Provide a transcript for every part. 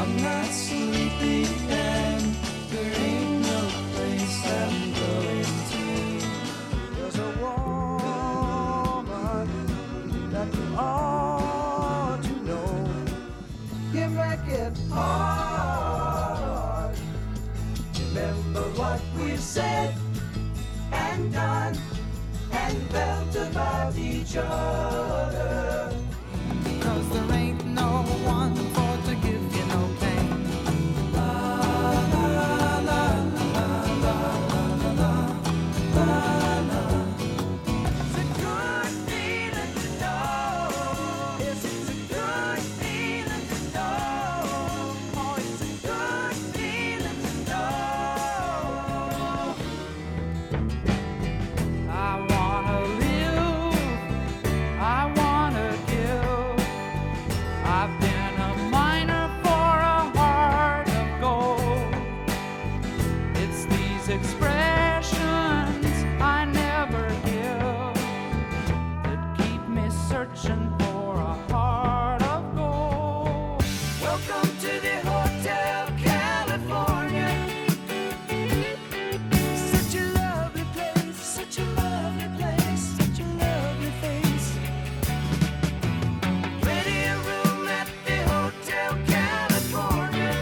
I'm not sleepy and there ain't no place I'm going to. There's a woman that you ought to know. You make it hard. Remember what we've said and done and felt about each other. 'Cause there ain't no one for to give you no pain. La la la la la la la la. It's a good feeling to know. Yes, it's a good feeling to know. Oh, it's a good feeling to know. I wanna live, I wanna give. I've been a miner for a heart of gold. It's these expressions I never give that keep me searching for a heart of gold. Welcome to the Hotel California. Such a lovely place, such a lovely place, such a lovely face. Ready a room at the Hotel California.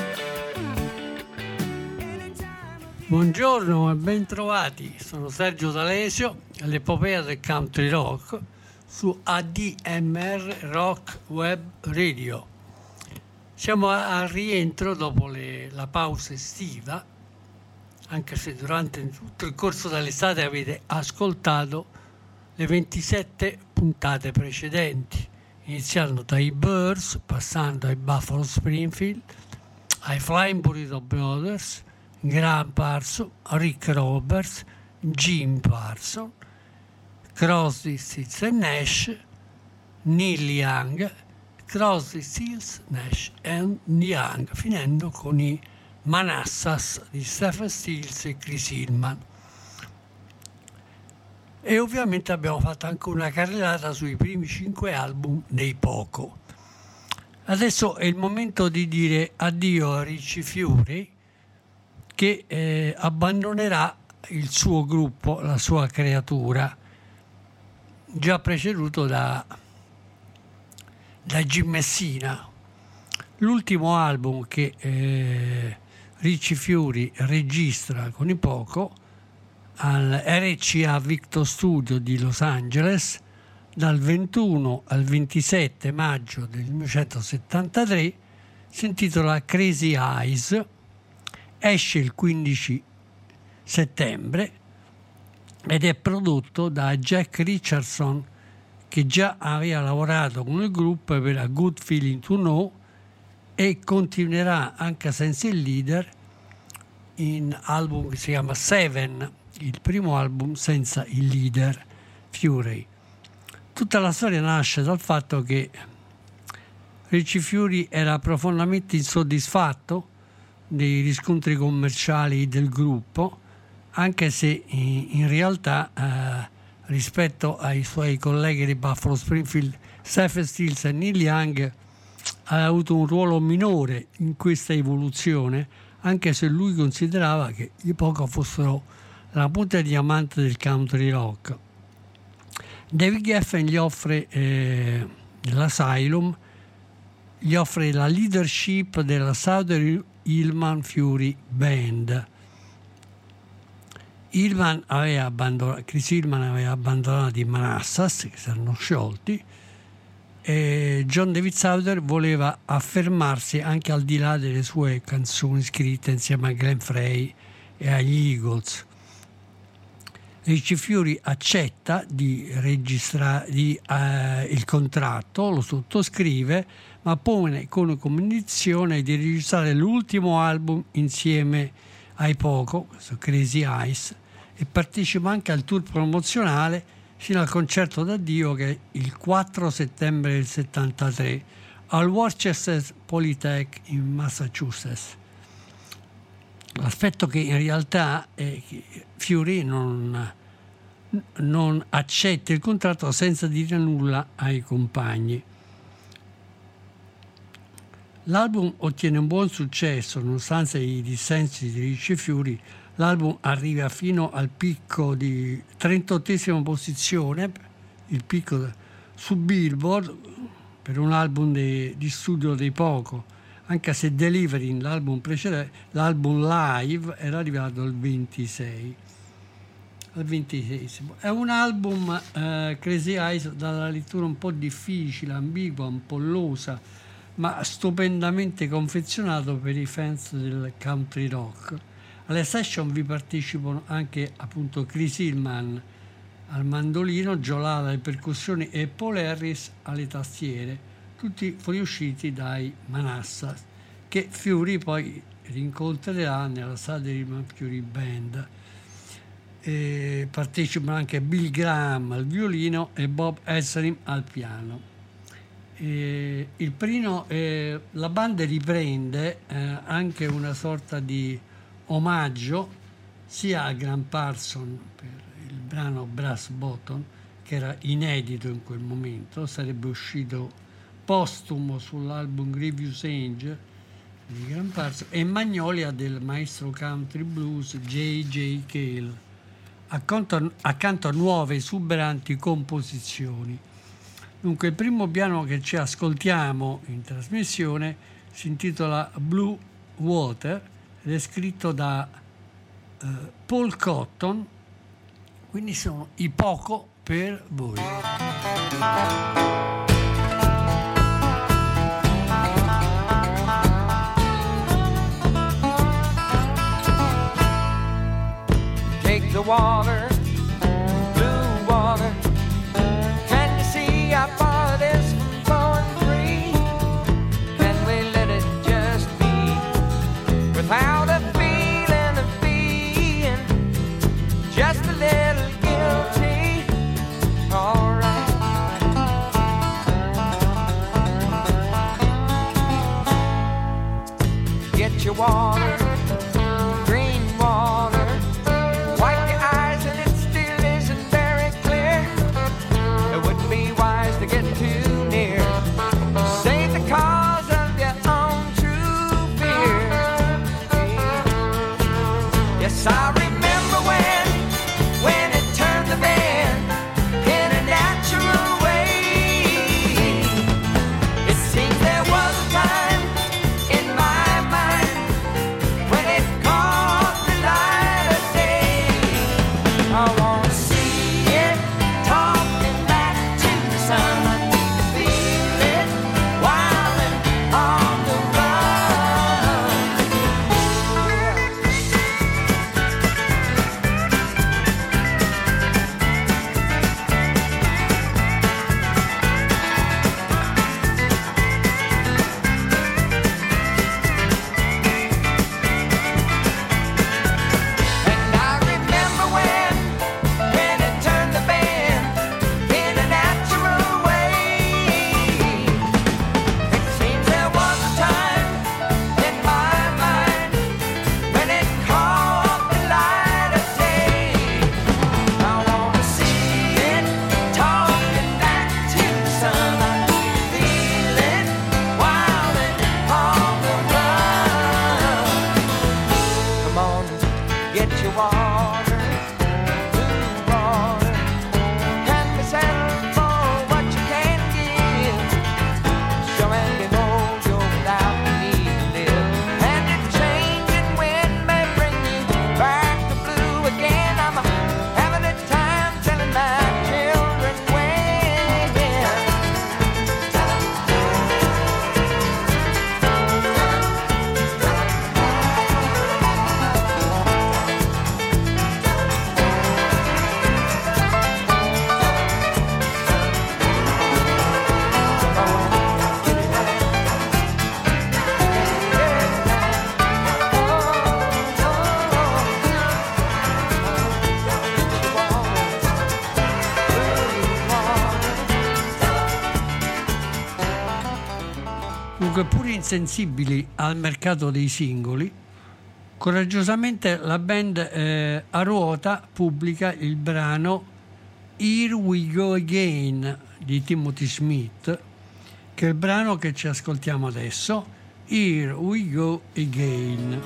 Buongiorno e bentrovati, sono Sergio D'Alesio, all'Epopea del Country Rock su ADMR Rock Web Radio. Siamo al rientro dopo la pausa estiva, anche se durante tutto il corso dell'estate avete ascoltato le 27 puntate precedenti, iniziando dai Birds, passando ai Buffalo Springfield, ai Flying Burrito Brothers, Graham Parsons, Rick Roberts, Jim Parsons, Crosby, Stills and Nash, Neil Young, Crosby, Stills, Nash and Young, finendo con i Manassas di Stephen Stills e Chris Hillman. E ovviamente abbiamo fatto anche una carrellata sui primi 5 album dei Poco. Adesso è il momento di dire addio a Richie Furay, che abbandonerà il suo gruppo, la sua creatura, già preceduto da Jim Messina. L'ultimo album che Richie Furay registra con i Poco al RCA Victor Studio di Los Angeles dal 21 al 27 maggio del 1973 si intitola Crazy Eyes. Esce il 15 settembre ed è prodotto da Jack Richardson, che già aveva lavorato con il gruppo per A Good Feeling to Know e continuerà anche senza il leader in album che si chiama Seven, il primo album senza il leader Furay. Tutta la storia nasce dal fatto che Richie Furay era profondamente insoddisfatto dei riscontri commerciali del gruppo, anche se in realtà rispetto ai suoi colleghi di Buffalo Springfield, Stephen Stills e Neil Young, ha avuto un ruolo minore in questa evoluzione, anche se lui considerava che i Poco fossero la punta di diamante del country rock. David Geffen gli offre l'Asylum, gli offre la leadership della Southern Hillman Furay Band. Chris Hillman aveva abbandonato i Manassas, che si erano sciolti, e John David Souther voleva affermarsi anche al di là delle sue canzoni scritte insieme a Glenn Frey e agli Eagles. Richie Furay accetta di registrare il contratto, lo sottoscrive, ma pone come condizione di registrare l'ultimo album insieme ai Poco, questo Crazy Eyes, e partecipa anche al tour promozionale fino al concerto d'addio che è il 4 settembre del 73 al Worcester Polytech in Massachusetts. L'aspetto che in realtà è che Furay non accetta il contratto senza dire nulla ai compagni. L'album ottiene un buon successo, nonostante i dissensi di Ricci Fiori. L'album arriva fino al picco di 38esima posizione, il picco su Billboard, per un album di studio dei poco, anche se Delivering, l'album precedente, l'album live, era arrivato al 26. Al 26esimo. È un album Crazy Eyes dalla lettura un po' difficile, ambigua, ampollosa, ma stupendamente confezionato per i fans del country rock. Alle session vi partecipano anche appunto Chris Hillman al mandolino, Joe Lala alle percussioni e Paul Harris alle tastiere, tutti fuoriusciti dai Manassas, che Fiori poi rincontrerà nella Saturday Mercury Band. Partecipano anche Bill Graham al violino e Bob Ezrin al piano. Il primo, la band riprende anche una sorta di omaggio sia a Graham Parsons per il brano Brass Bottom, che era inedito in quel momento, sarebbe uscito postumo sull'album Grievous Angel di Graham Parsons, e Magnolia del maestro country blues J.J. Cale, accanto a nuove esuberanti composizioni. Dunque, il primo brano che ci ascoltiamo in trasmissione si intitola Blue Water ed è scritto da Paul Cotton, quindi sono i Poco per voi. Take the water, blue water. Can you see how far it is from flowing free? Can we let it just be without a feeling of being just a little guilty? Alright. Get your water, green water. Wipe your eyes and it still isn't very clear. It wouldn't be wise to get too near. Save the cause of your own true fear. Yes, I remember when it turned the bend in a natural way. It seems there was a time in my mind when it caught the light of day. I wanna see it talking back to the sun. I need to feel it while I'm on the run. And I remember when it turned the bend in a natural way. It seems there was a time in my mind when it caught the light of day. I wanna see it talking back to the sun. I need to feel it while it's on the run. Come on, get your water, blue water. Can be settled for what you can give. Show and you know you're without need to live. And the changing wind may bring you back to blue again. I'm having a time telling my children when. Dunque, pur insensibili al mercato dei singoli, coraggiosamente la band a ruota pubblica il brano Here We Go Again di Timothy Smith, che è il brano che ci ascoltiamo adesso, Here We Go Again.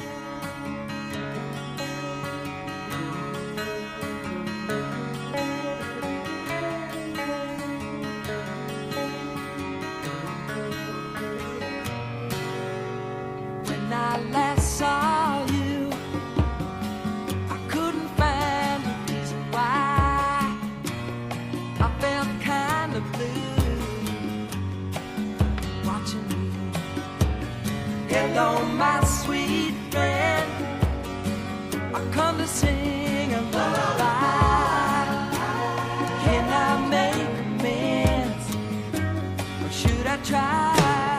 Hello, my sweet friend. I come to sing a lullaby. Can I make amends, or should I try?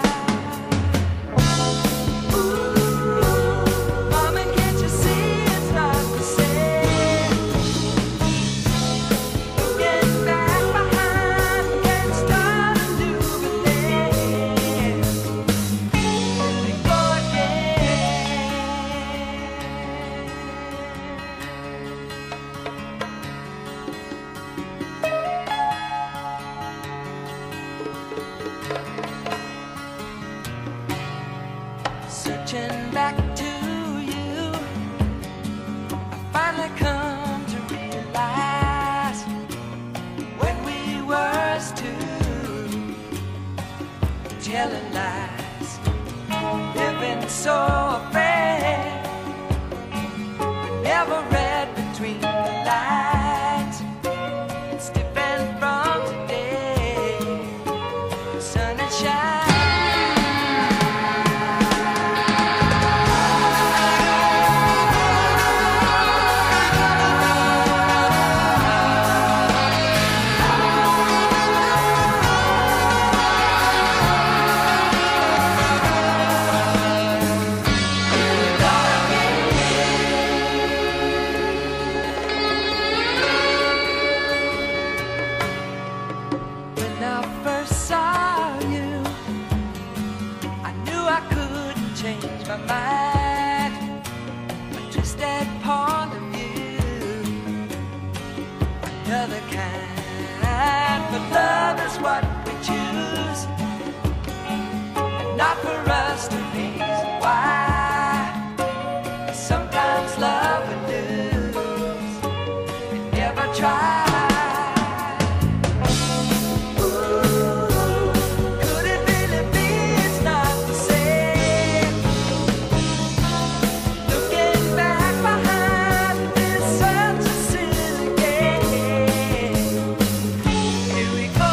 Searching back to you, I finally come to realize when we were as two, telling lies, living so afraid. We never read between the lines. It's different from today. The sun is shining. What we choose, not for us to reason why. Sometimes love we lose, we never try. Could it really be it's not the same? Looking back behind is such a silly game. Here we go.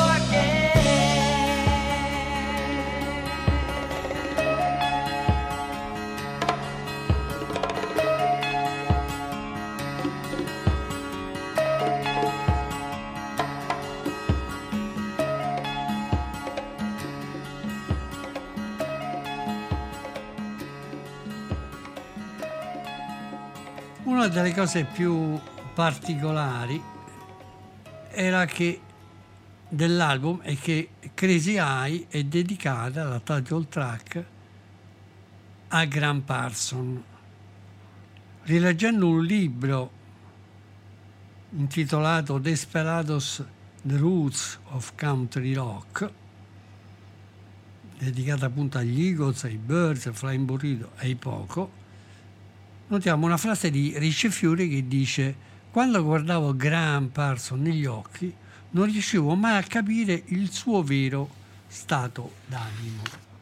Una delle cose più particolari era che dell'album è che Crazy Eye è dedicata, la title track, a Graham Parsons. Rileggendo un libro intitolato Desperados: The Roots of Country Rock, dedicato appunto agli Eagles, ai Birds, ai Flying Burrito e ai Poco, notiamo una frase di Ricci Fiori che dice: quando guardavo Graham Parsons negli occhi non riuscivo mai a capire il suo vero stato d'animo.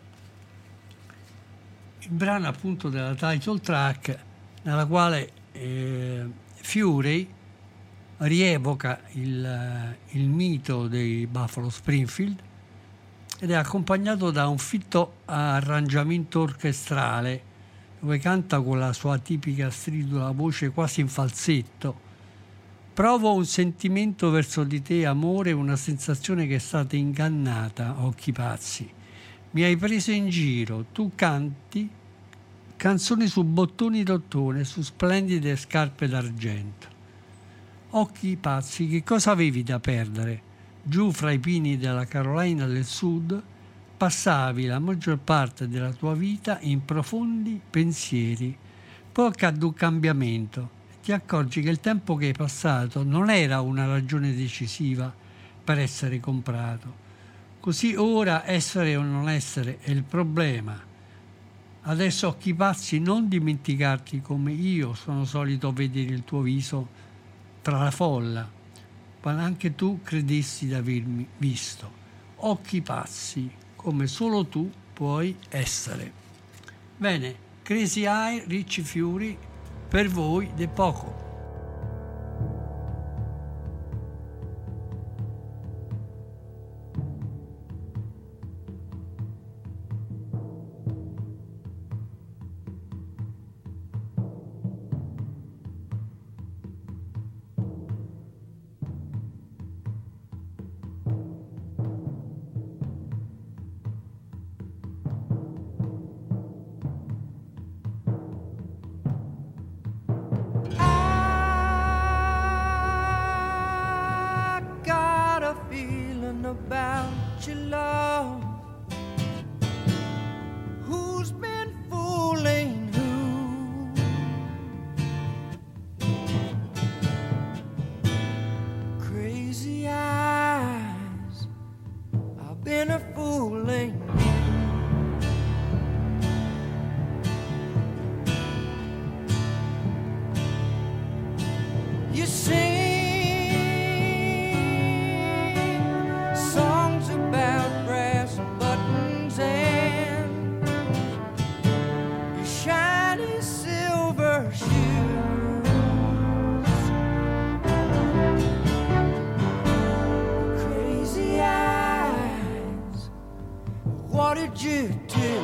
Il brano appunto della title track, nella quale Fury rievoca il mito dei Buffalo Springfield ed è accompagnato da un fitto arrangiamento orchestrale dove canta con la sua tipica stridula voce quasi in falsetto. Provo un sentimento verso di te, amore, una sensazione che è stata ingannata, occhi pazzi. Mi hai preso in giro, tu canti canzoni su bottoni d'ottone, su splendide scarpe d'argento. Occhi pazzi, che cosa avevi da perdere? Giù fra i pini della Carolina del Sud passavi la maggior parte della tua vita in profondi pensieri. Poi accadde un cambiamento e ti accorgi che il tempo che hai passato non era una ragione decisiva per essere comprato. Così ora essere o non essere è il problema. Adesso, occhi pazzi, non dimenticarti come io sono solito vedere il tuo viso tra la folla, quando anche tu credessi di avermi visto. Occhi pazzi, come solo tu puoi essere. Bene, Crazy Eye, Ricci Fiori, per voi de poco. About your love, who's been fooling who? Crazy eyes, I've been a fooling you. You sing what did you do?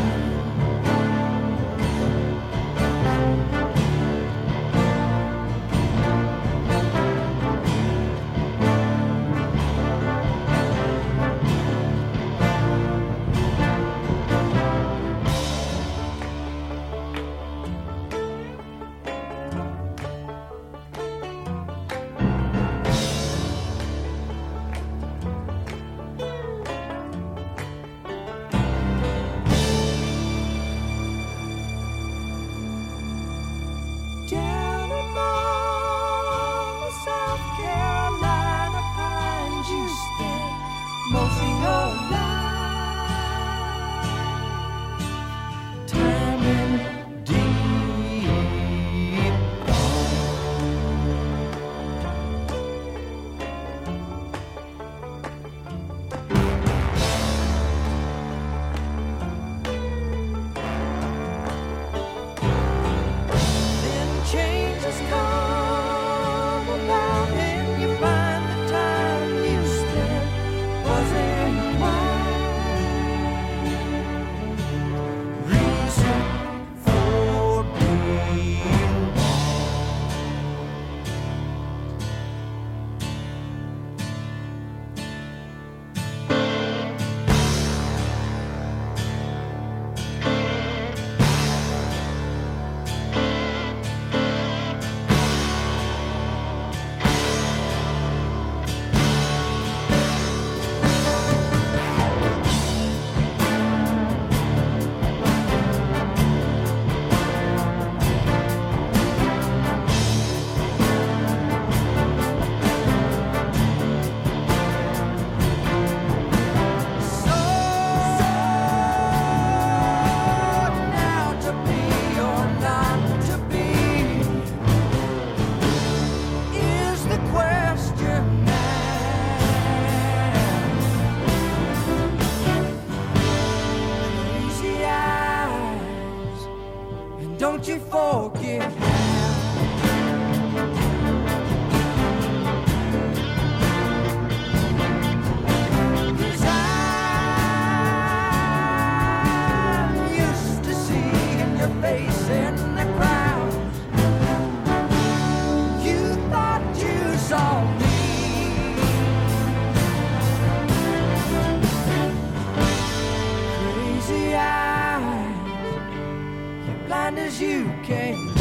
Don't you forget as you can be.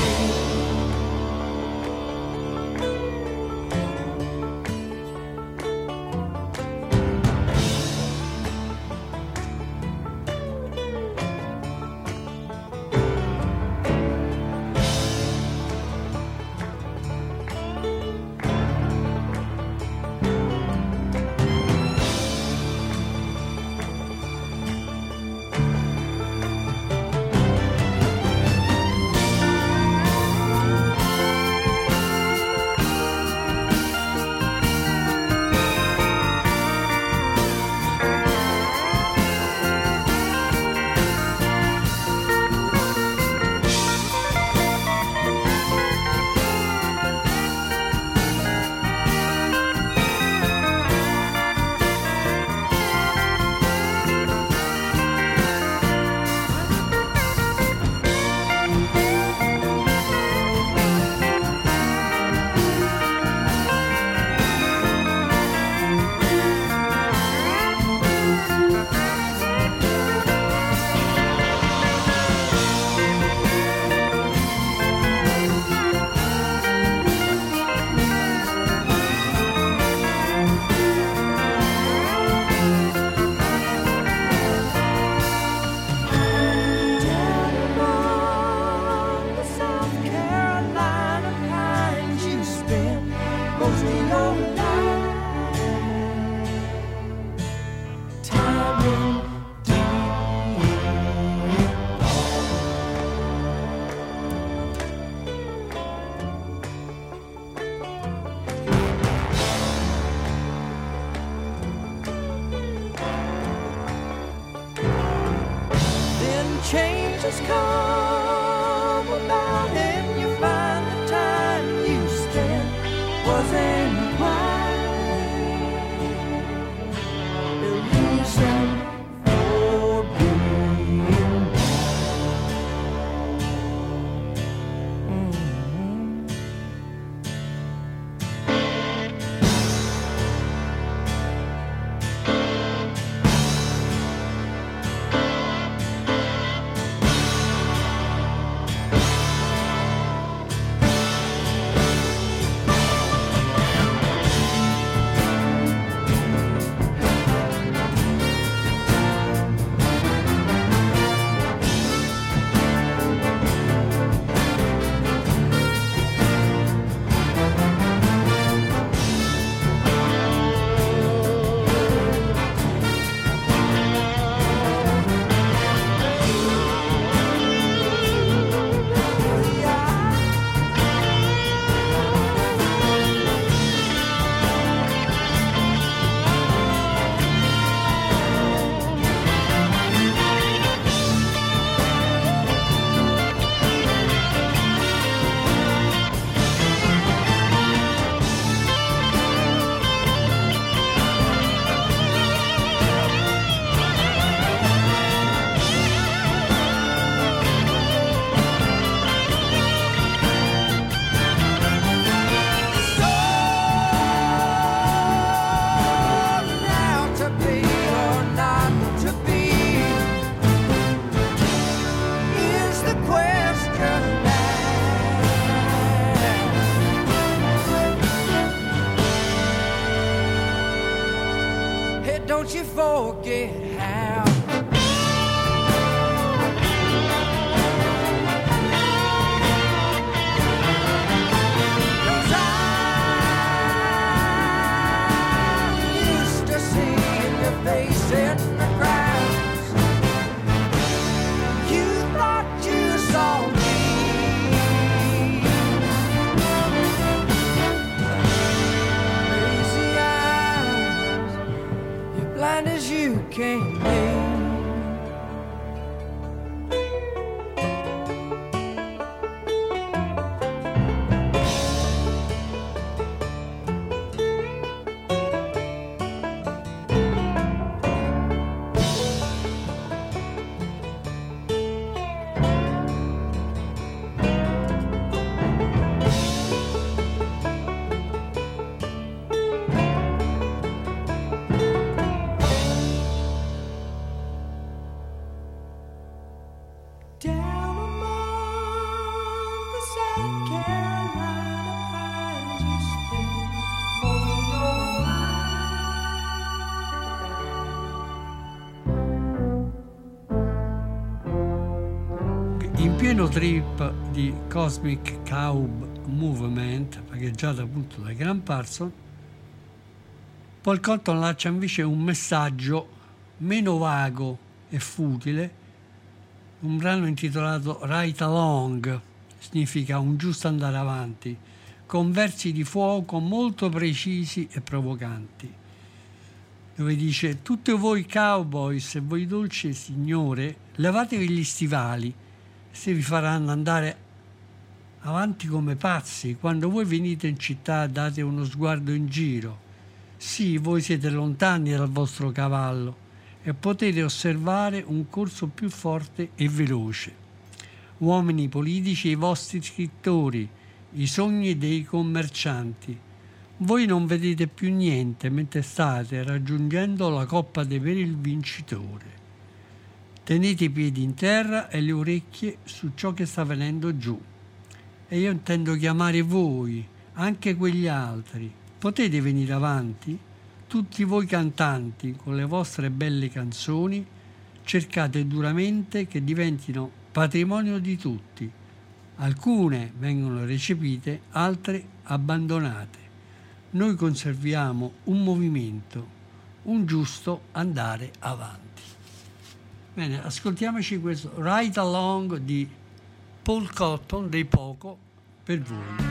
come about and you find the time you spent wasn't quite the reason for being don't you forget how cause I used to see your face in the crowds. You thought you saw me. Crazy eyes, you're blind as you can be. Down among the South Carolina pines you spend most of your life. In pieno trip di Cosmic Cowb Movement, pageggiato appunto da Graham Parsons, Paul Cotton lancia invece un messaggio meno vago e futile, un brano intitolato Right Along, significa un giusto andare avanti, con versi di fuoco molto precisi e provocanti, dove dice: tutti voi cowboys e voi dolci signore, levatevi gli stivali, se vi faranno andare avanti come pazzi. Quando voi venite in città date uno sguardo in giro. Sì, voi siete lontani dal vostro cavallo e potete osservare un corso più forte e veloce. Uomini politici e i vostri scrittori, i sogni dei commercianti. Voi non vedete più niente mentre state raggiungendo la coppa per il vincitore. Tenete i piedi in terra e le orecchie su ciò che sta venendo giù. E io intendo chiamare voi, anche quegli altri. Potete venire avanti? Tutti voi cantanti, con le vostre belle canzoni, cercate duramente che diventino patrimonio di tutti. Alcune vengono recepite, altre abbandonate. Noi conserviamo un movimento, un giusto andare avanti. Bene, ascoltiamoci questo Right Along di Paul Cotton dei Poco per voi.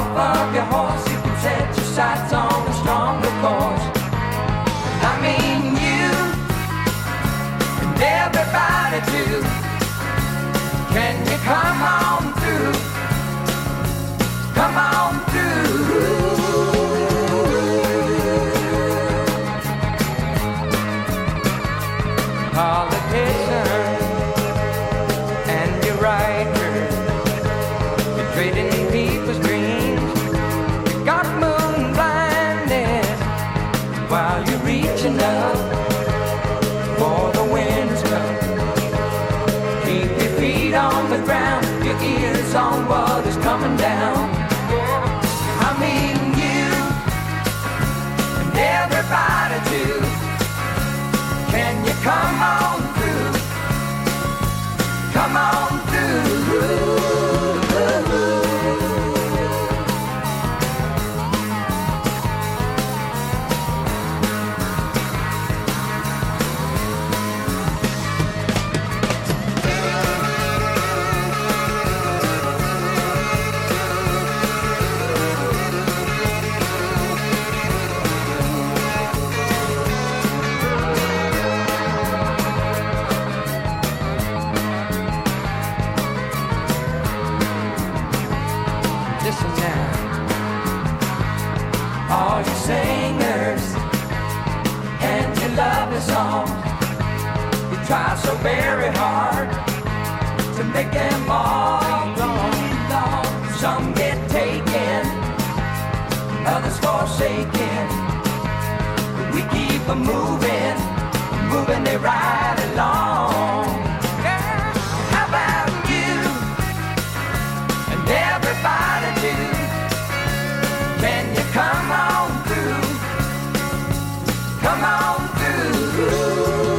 off of your horse, you can set your sights on a stronger course. I mean you and everybody too. Can you come on through? Come on through. Politicians and your writers, you're trading people's dreams. You got moon blindness while you're reaching up for the winner's cup. Keep your feet on the ground, your ears on what is coming down. I mean you and everybody too. Can you come on through? Come on through. Singers and your lovely songs, you try so very hard to make them all belong. Some get taken, others forsaken, but we keep them moving, moving it right along. Yeah. How about you and everybody too? Can you come on through? Come on through.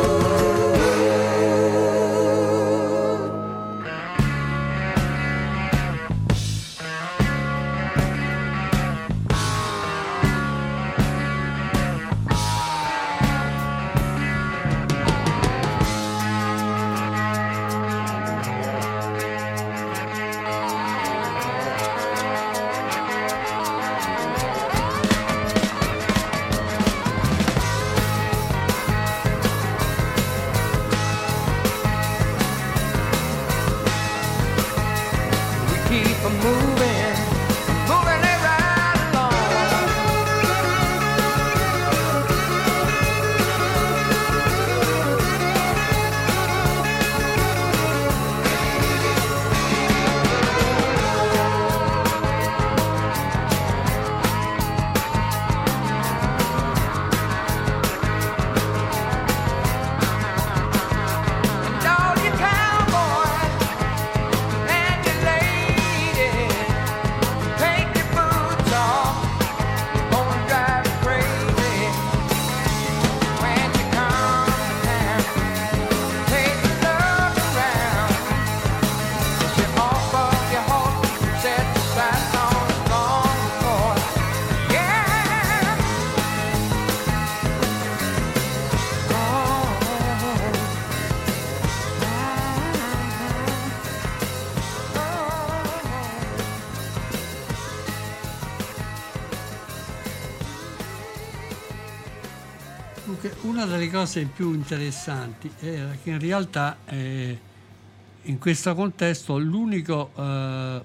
Una delle cose più interessanti era che in realtà in questo contesto l'unica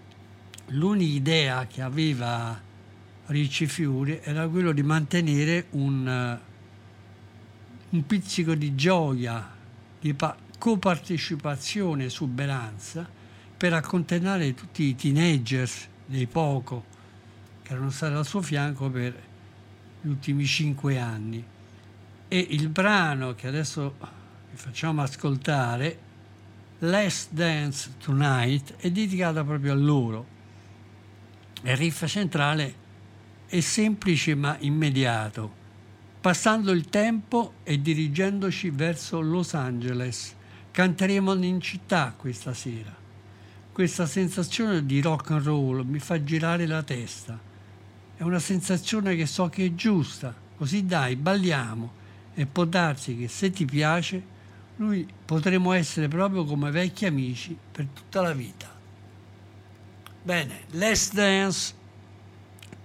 idea che aveva Ricci Fiori era quello di mantenere un pizzico di gioia, di copartecipazione, esuberanza, per accontentare tutti i teenagers dei Poco che erano stati al suo fianco per gli ultimi 5 anni. E il brano che adesso vi facciamo ascoltare, Last Dance Tonight, è dedicato proprio a loro. Il riff centrale è semplice ma immediato. Passando il tempo e dirigendoci verso Los Angeles, canteremo in città questa sera. Questa sensazione di rock and roll mi fa girare la testa. È una sensazione che so che è giusta, così dai, balliamo. E può darsi che se ti piace, noi potremo essere proprio come vecchi amici per tutta la vita. Bene, Let's Dance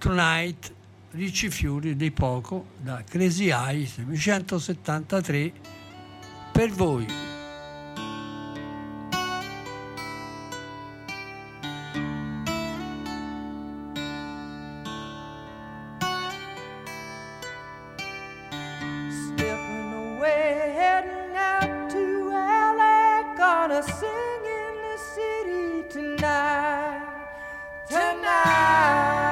Tonight, Ricci Fiori dei Poco, da Crazy Eyes 1973, per voi. Stepping away, heading out to LA, gonna sing in the city tonight, tonight.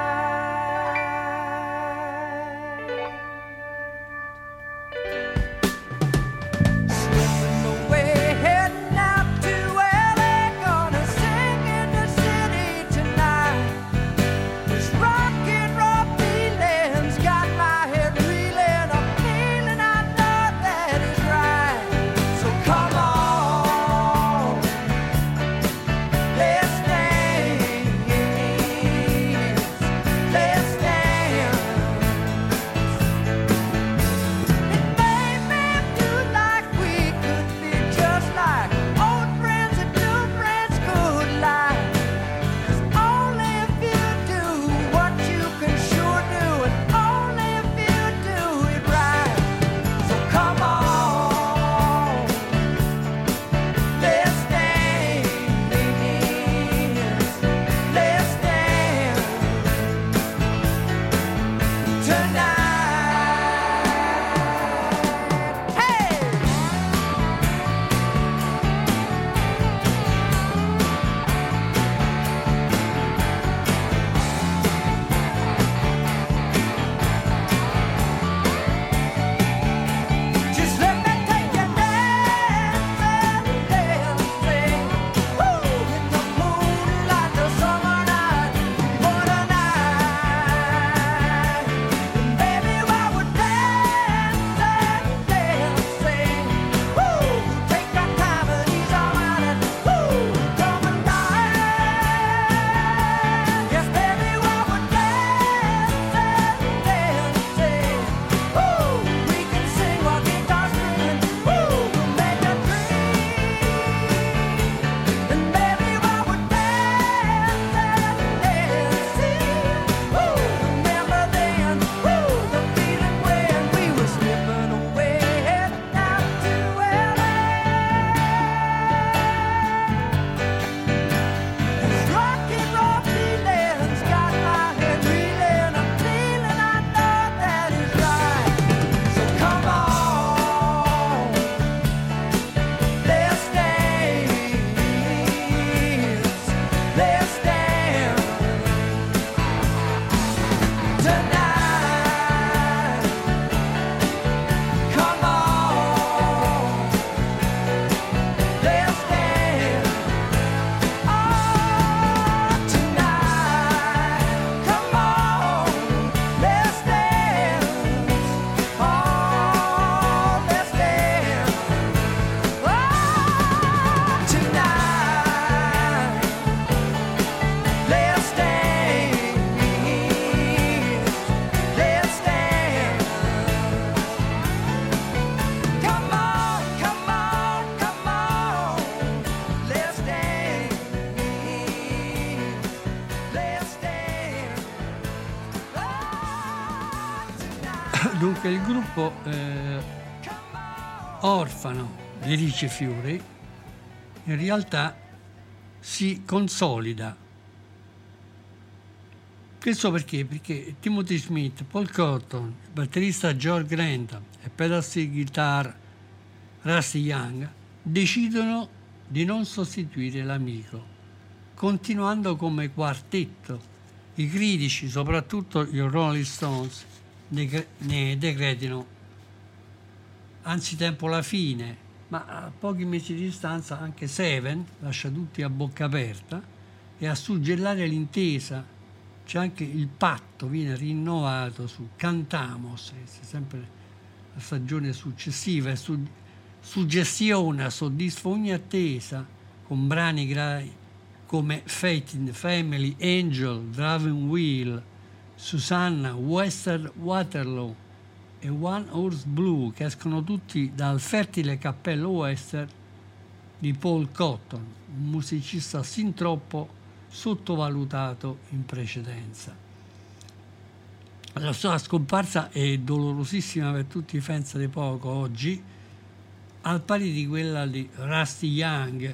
Dunque il gruppo orfano di Ricci Fiori in realtà si consolida. Questo perché? Perché Timothy Smith, Paul Cotton, il batterista George Grantham e pedal steel guitar Rusty Young decidono di non sostituire l'amico, continuando come quartetto. I critici, soprattutto i Rolling Stones, ne decretino anzitempo la fine, ma a pochi mesi di distanza anche Seven lascia tutti a bocca aperta e a suggellare l'intesa c'è anche il patto, viene rinnovato su Cantamos, sempre la stagione successiva, e suggestiona, soddisfa ogni attesa con brani come Fate in the Family, Angel, Driving Wheel, Susanna, Western Waterloo e One Horse Blue, che escono tutti dal fertile cappello western di Paul Cotton, un musicista sin troppo sottovalutato in precedenza. La sua scomparsa è dolorosissima per tutti i fans di Poco oggi, al pari di quella di Rusty Young,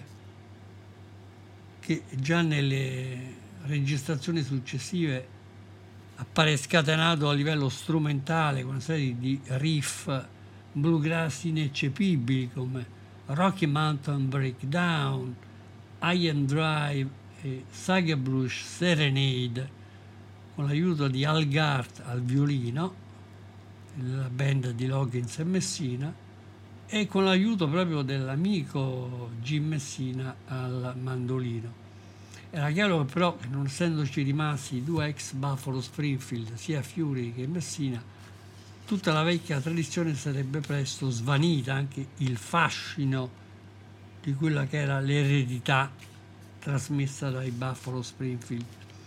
che già nelle registrazioni successive appare scatenato a livello strumentale con una serie di riff bluegrass ineccepibili come Rocky Mountain Breakdown, Iron Drive e Sagebrush Serenade, con l'aiuto di Al Gart al violino, la band di Loggins e Messina, e con l'aiuto proprio dell'amico Jim Messina al mandolino. Era chiaro che però, non essendoci rimasti due ex Buffalo Springfield, sia Fury che Messina, tutta la vecchia tradizione sarebbe presto svanita, anche il fascino di quella che era l'eredità trasmessa dai Buffalo Springfield.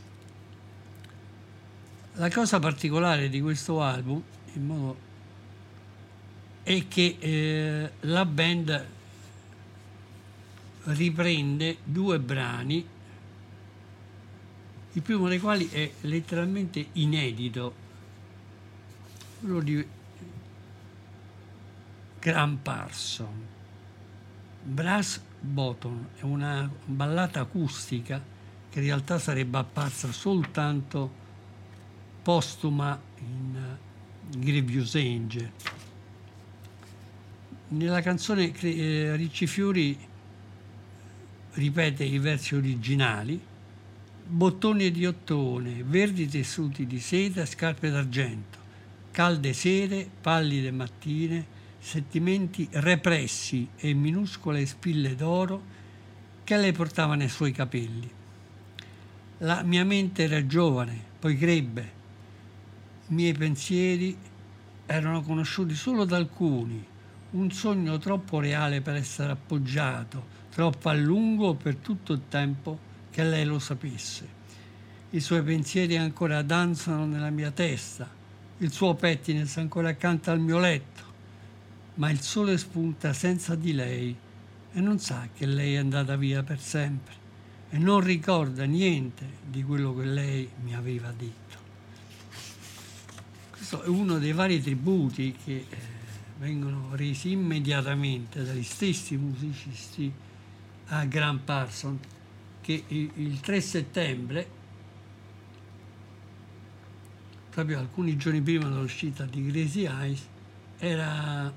La cosa particolare di questo album è che la band riprende due brani, il primo dei quali è letteralmente inedito, quello di Graham Parsons. Brass Bottom è una ballata acustica che in realtà sarebbe apparsa soltanto postuma in Grievous Angel. Nella canzone Ricci Fiori ripete i versi originali: bottoni di ottone, verdi tessuti di seta e scarpe d'argento, calde sere, pallide mattine, sentimenti repressi e minuscole spille d'oro che lei portava nei suoi capelli. La mia mente era giovane, poi crebbe. I miei pensieri erano conosciuti solo da alcuni, un sogno troppo reale per essere appoggiato, troppo a lungo per tutto il tempo che lei lo sapesse. I suoi pensieri ancora danzano nella mia testa, il suo pettine ancora accanto al mio letto, ma il sole spunta senza di lei e non sa che lei è andata via per sempre e non ricorda niente di quello che lei mi aveva detto. Questo è uno dei vari tributi che vengono resi immediatamente dagli stessi musicisti a Graham Parsons, che il 3 settembre, proprio alcuni giorni prima dell'uscita di Crazy Eyes, era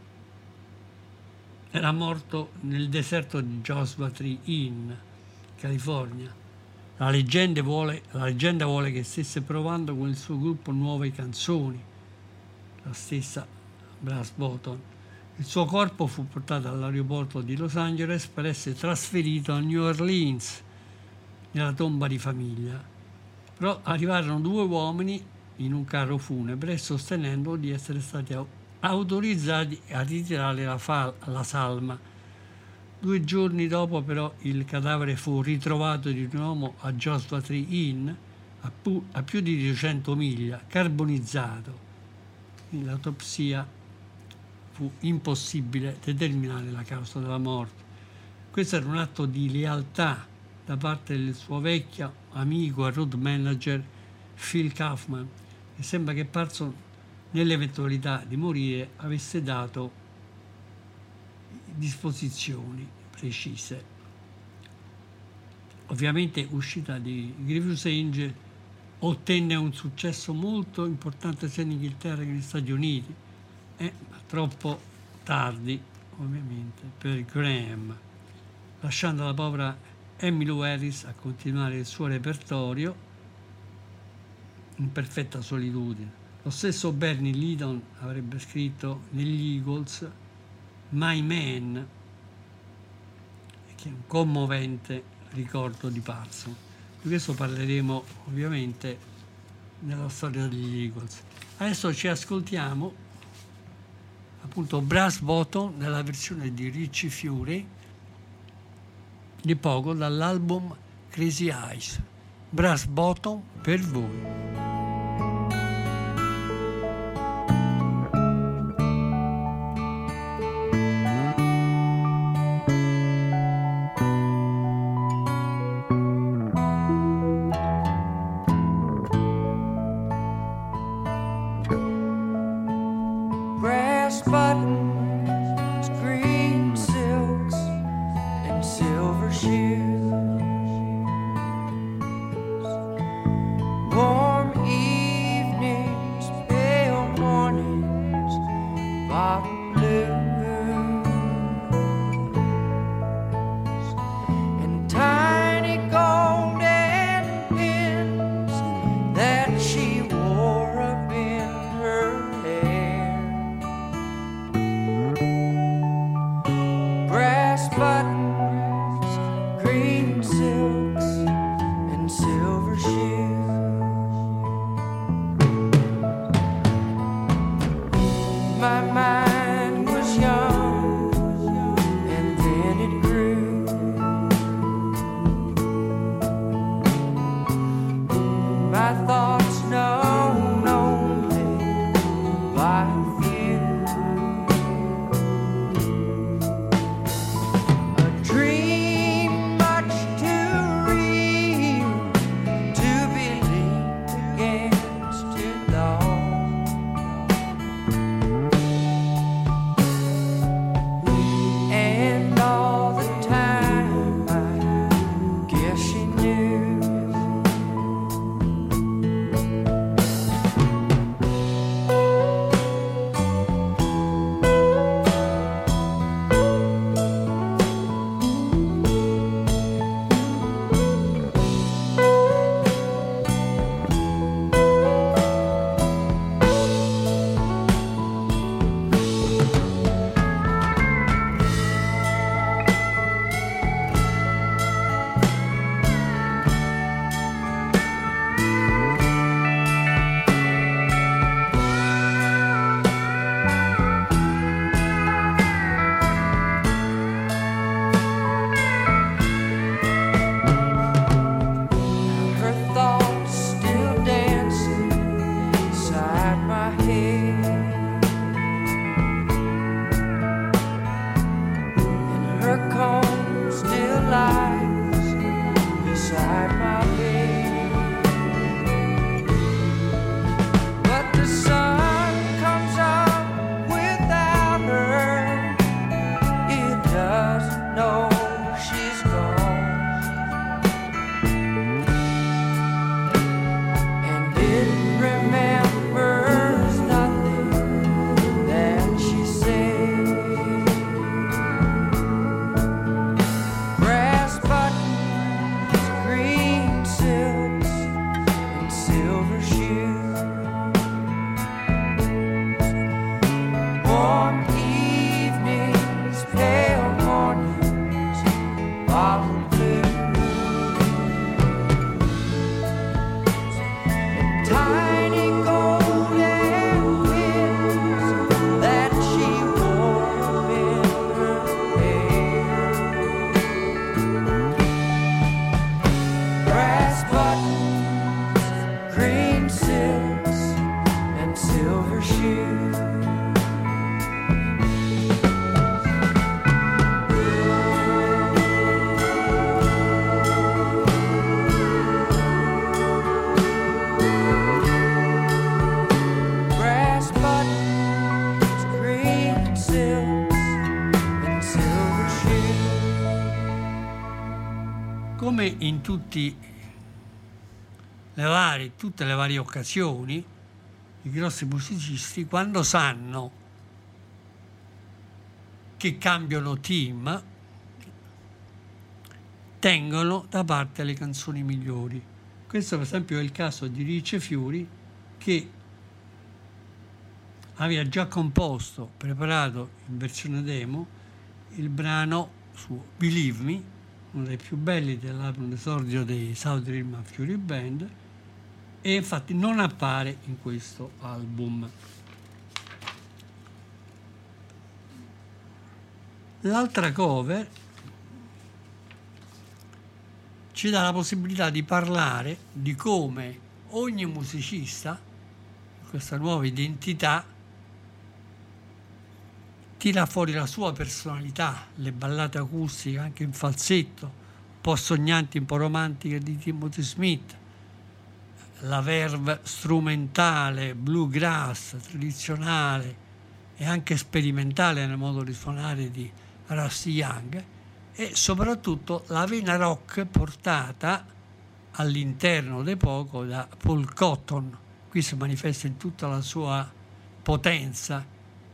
morto nel deserto di Joshua Tree Inn, California. La leggenda vuole che stesse provando con il suo gruppo nuove canzoni, la stessa Brass Bottom. Il suo corpo fu portato all'aeroporto di Los Angeles per essere trasferito a New Orleans, nella tomba di famiglia. Però arrivarono due uomini in un carro funebre sostenendo di essere stati autorizzati a ritirare la salma. 2 giorni dopo però il cadavere fu ritrovato di un uomo a Joshua Tree Inn, a più di 200 miglia, carbonizzato. L'autopsia fu impossibile determinare la causa della morte. Questo era un atto di lealtà da parte del suo vecchio amico e road manager Phil Kaufman, e sembra che Parsons, nell'eventualità di morire, avesse dato disposizioni precise. Ovviamente uscita di Grievous Angel ottenne un successo molto importante sia in Inghilterra che negli Stati Uniti, ma troppo tardi ovviamente per Graham, lasciando la povera Emmylou Harris a continuare il suo repertorio in perfetta solitudine. Lo stesso Bernie Leadon avrebbe scritto negli Eagles My Man, che è un commovente ricordo di Parsons. Di questo parleremo ovviamente nella storia degli Eagles. Adesso ci ascoltiamo appunto Brass Bottom nella versione di Ricci Fiori di poco dall'album Crazy Eyes. Brass Bottom per voi. come in tutte le varie occasioni, i grossi musicisti, quando sanno che cambiano team, tengono da parte le canzoni migliori. Questo per esempio è il caso di Ricci Fiori, che aveva già composto, preparato in versione demo, il brano su Believe Me, uno dei più belli dell'album d'esordio dei South Rhythm Fury Band, e infatti non appare in questo album. L'altra cover ci dà la possibilità di parlare di come ogni musicista, questa nuova identità, tira fuori la sua personalità, le ballate acustiche anche in falsetto, un po' sognanti, un po' romantiche di Timothy Smith, la verve strumentale, bluegrass, tradizionale e anche sperimentale nel modo di suonare di Rusty Young, e soprattutto la vena rock portata all'interno di poco da Paul Cotton. Qui si manifesta in tutta la sua potenza.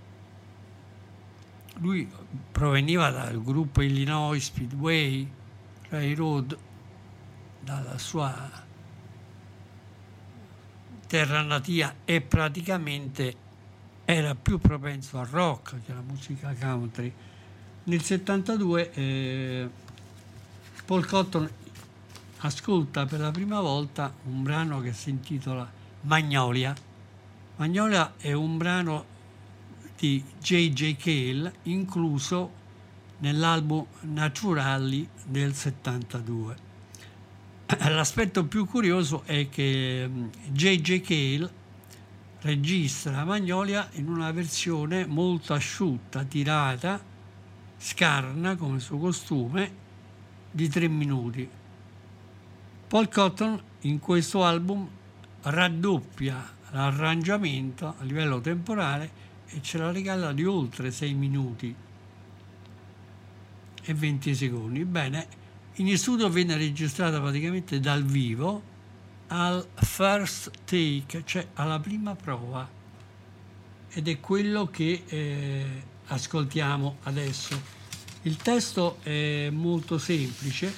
Lui proveniva dal gruppo Illinois Speedway Railroad, dalla sua terra natia, e praticamente era più propenso al rock che alla musica country. Nel 72 Paul Cotton ascolta per la prima volta un brano che si intitola Magnolia. Magnolia è un brano di J.J. Cale incluso nell'album Naturally del 72. L'aspetto più curioso è che J.J. Cale registra Magnolia in una versione molto asciutta, tirata, scarna come suo costume, di 3 minuti. Paul Cotton in questo album raddoppia l'arrangiamento a livello temporale e ce la regala di oltre 6 minuti e 20 secondi. Bene, in studio venne registrata praticamente dal vivo al first take, cioè alla prima prova, ed è quello che ascoltiamo adesso. Il testo è molto semplice.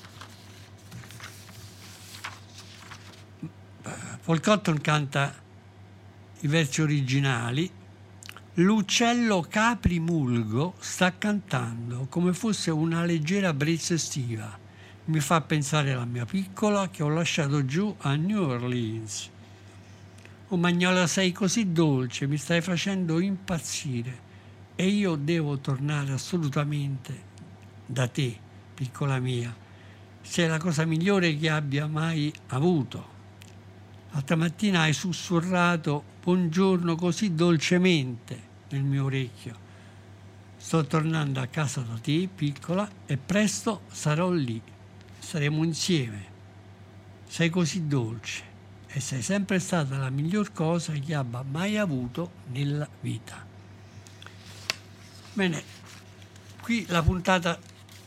Paul Cotton canta i versi originali. L'uccello caprimulgo sta cantando come fosse una leggera brezza estiva. Mi fa pensare alla mia piccola che ho lasciato giù a New Orleans. Oh Magnolia, sei così dolce, mi stai facendo impazzire e io devo tornare assolutamente da te, piccola mia. Sei la cosa migliore che abbia mai avuto. L'altra mattina hai sussurrato buongiorno così dolcemente nel mio orecchio. Sto tornando a casa da te, piccola, e presto sarò lì. Saremo insieme. Sei così dolce e sei sempre stata la miglior cosa che abbia mai avuto nella vita. Bene, qui la puntata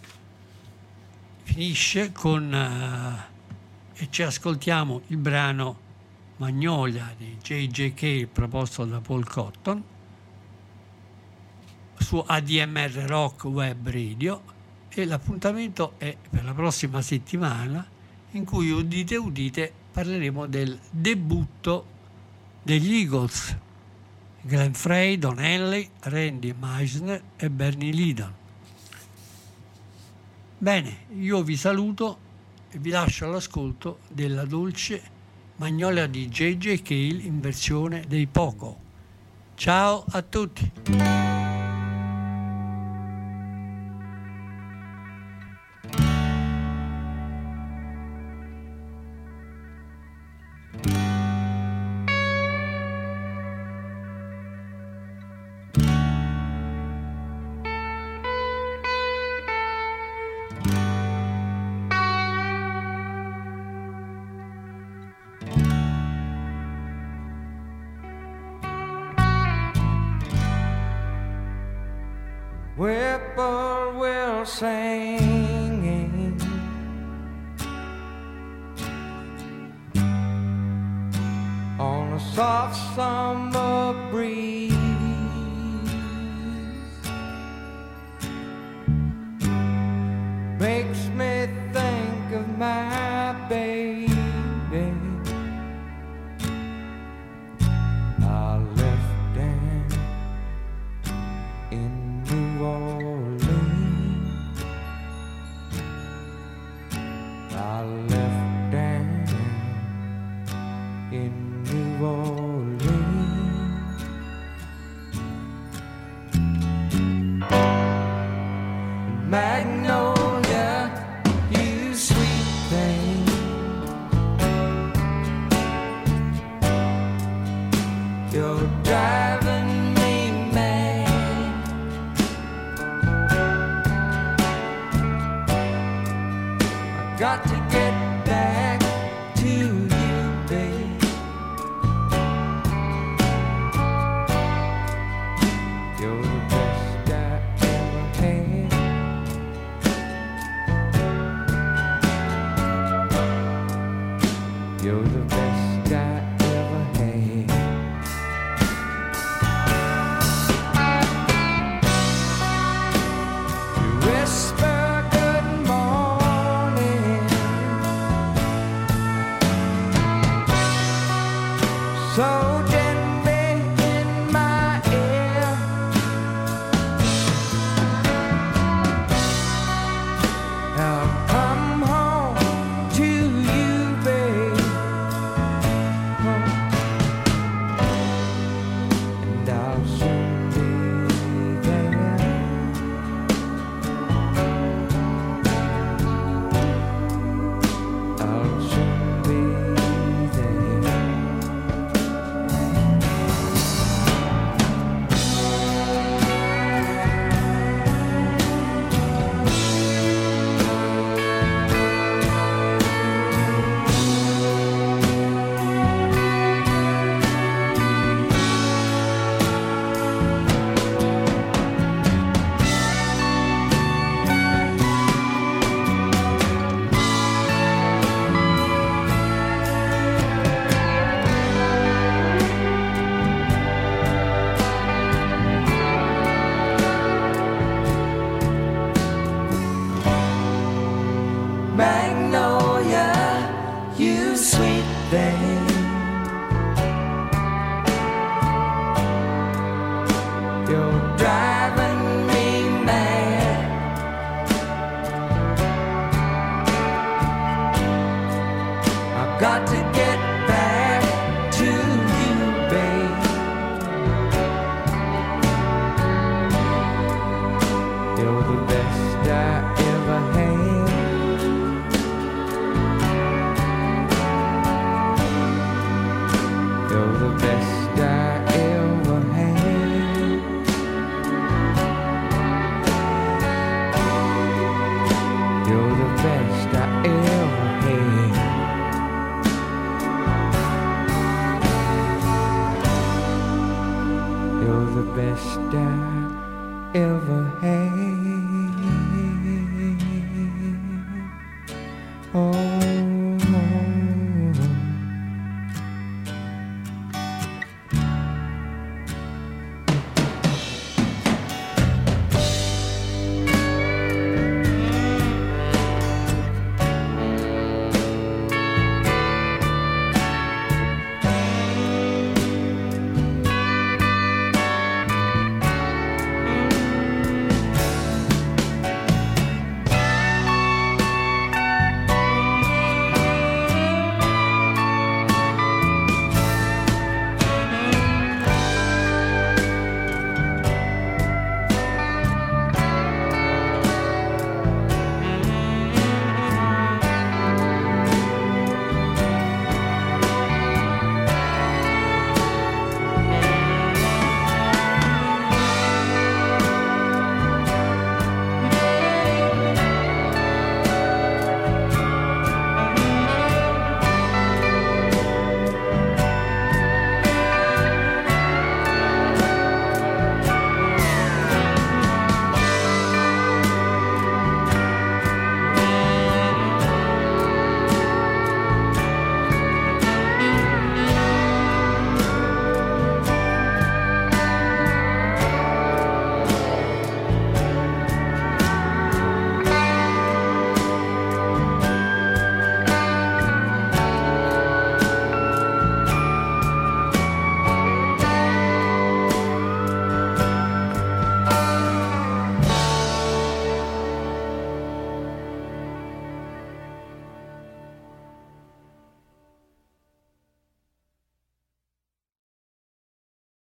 finisce con e ci ascoltiamo il brano Magnolia di J.J. Cale proposto da Paul Cotton su ADMR Rock Web Radio, e l'appuntamento è per la prossima settimana, in cui udite udite parleremo del debutto degli Eagles, Glenn Frey, Don Henley, Randy Meisner e Bernie Leadon. Bene, io vi saluto e vi lascio all'ascolto della dolce Magnolia di J.J. Cale in versione dei Poco. Ciao a tutti! Whippoorwill singing a soft summer breeze makes me think of my baby. I left her in New Orleans. I left her in New Orleans. Magnolia, you sweet thing, you're driving me mad. I got to get back to you, babe. You're the best I ever had. You're the best I ever had. You whisper good morning so gently in my ear. I'll come home to you, babe, and I'll soon be there. I'll soon be there. Magnolia, you sweet thing, you're driving me mad. I've got to get back to you, babe. You're the best I ever had. You're the best I ever had. You're the best I ever had. You're the best I ever had.